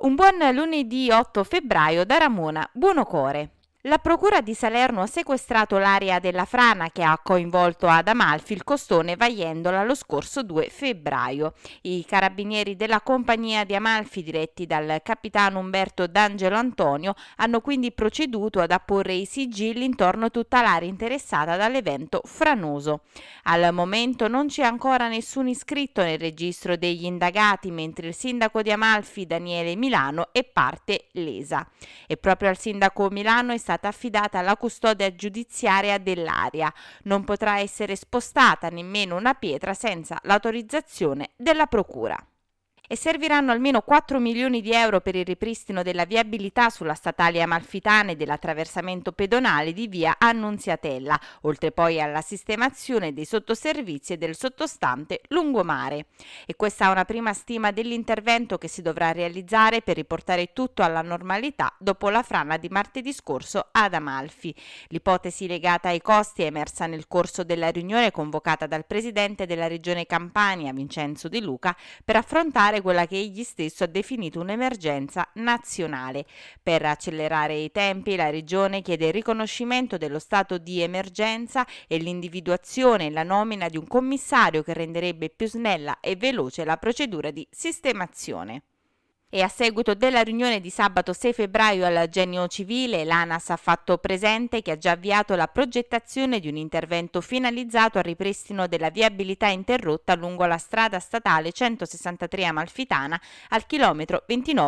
Un buon lunedì 8 febbraio da Ramona Buonocore. La Procura di Salerno ha sequestrato l'area della frana che ha coinvolto ad Amalfi il costone Vaiendola lo scorso 2 febbraio. I carabinieri della compagnia di Amalfi, diretti dal capitano Umberto D'Angelo Antonio, hanno quindi proceduto ad apporre i sigilli intorno a tutta l'area interessata dall'evento franoso. Al momento non c'è ancora nessun iscritto nel registro degli indagati, mentre il sindaco di Amalfi, Daniele Milano, è parte lesa. E proprio al sindaco Milano è stata affidata la custodia giudiziaria dell'area. Non potrà essere spostata nemmeno una pietra senza l'autorizzazione della procura. E serviranno almeno 4 milioni di euro per il ripristino della viabilità sulla statale amalfitana e dell'attraversamento pedonale di via Annunziatella, oltre poi alla sistemazione dei sottoservizi e del sottostante lungomare. E questa è una prima stima dell'intervento che si dovrà realizzare per riportare tutto alla normalità dopo la frana di martedì scorso ad Amalfi. L'ipotesi legata ai costi è emersa nel corso della riunione convocata dal presidente della regione Campania, Vincenzo De Luca, per affrontare quella che egli stesso ha definito un'emergenza nazionale. Per accelerare i tempi, la Regione chiede il riconoscimento dello stato di emergenza e l'individuazione e la nomina di un commissario che renderebbe più snella e veloce la procedura di sistemazione. E a seguito della riunione di sabato 6 febbraio al Genio Civile, l'ANAS ha fatto presente che ha già avviato la progettazione di un intervento finalizzato al ripristino della viabilità interrotta lungo la strada statale 163 Amalfitana al chilometro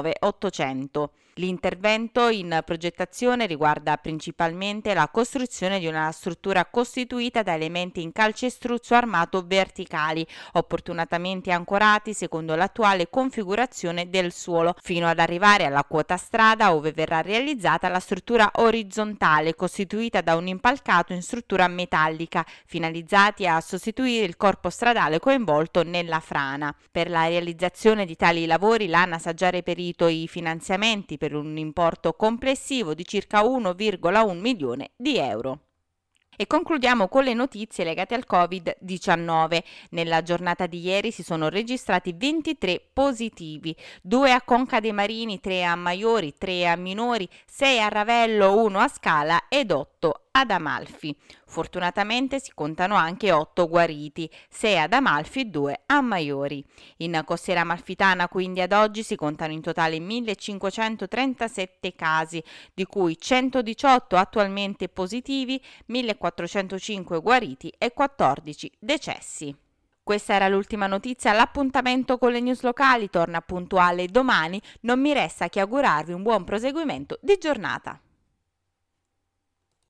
29,800. L'intervento in progettazione riguarda principalmente la costruzione di una struttura costituita da elementi in calcestruzzo armato verticali, opportunamente ancorati secondo l'attuale configurazione del suolo, fino ad arrivare alla quota strada ove verrà realizzata la struttura orizzontale costituita da un impalcato in struttura metallica, finalizzati a sostituire il corpo stradale coinvolto nella frana. Per la realizzazione di tali lavori l'ANAS ha già reperito i finanziamenti per un importo complessivo di circa 1,1 milione di euro. E concludiamo con le notizie legate al Covid-19. Nella giornata di ieri si sono registrati 23 positivi, 2 a Conca dei Marini, 3 a Maiori, 3 a Minori, 6 a Ravello, 1 a Scala ed 8 ad Amalfi. Fortunatamente si contano anche 8 guariti, 6 ad Amalfi e 2 a Maiori. In Costiera Amalfitana quindi ad oggi si contano in totale 1537 casi, di cui 118 attualmente positivi, 1405 guariti e 14 decessi. Questa era l'ultima notizia, l'appuntamento con le news locali torna puntuale domani, non mi resta che augurarvi un buon proseguimento di giornata.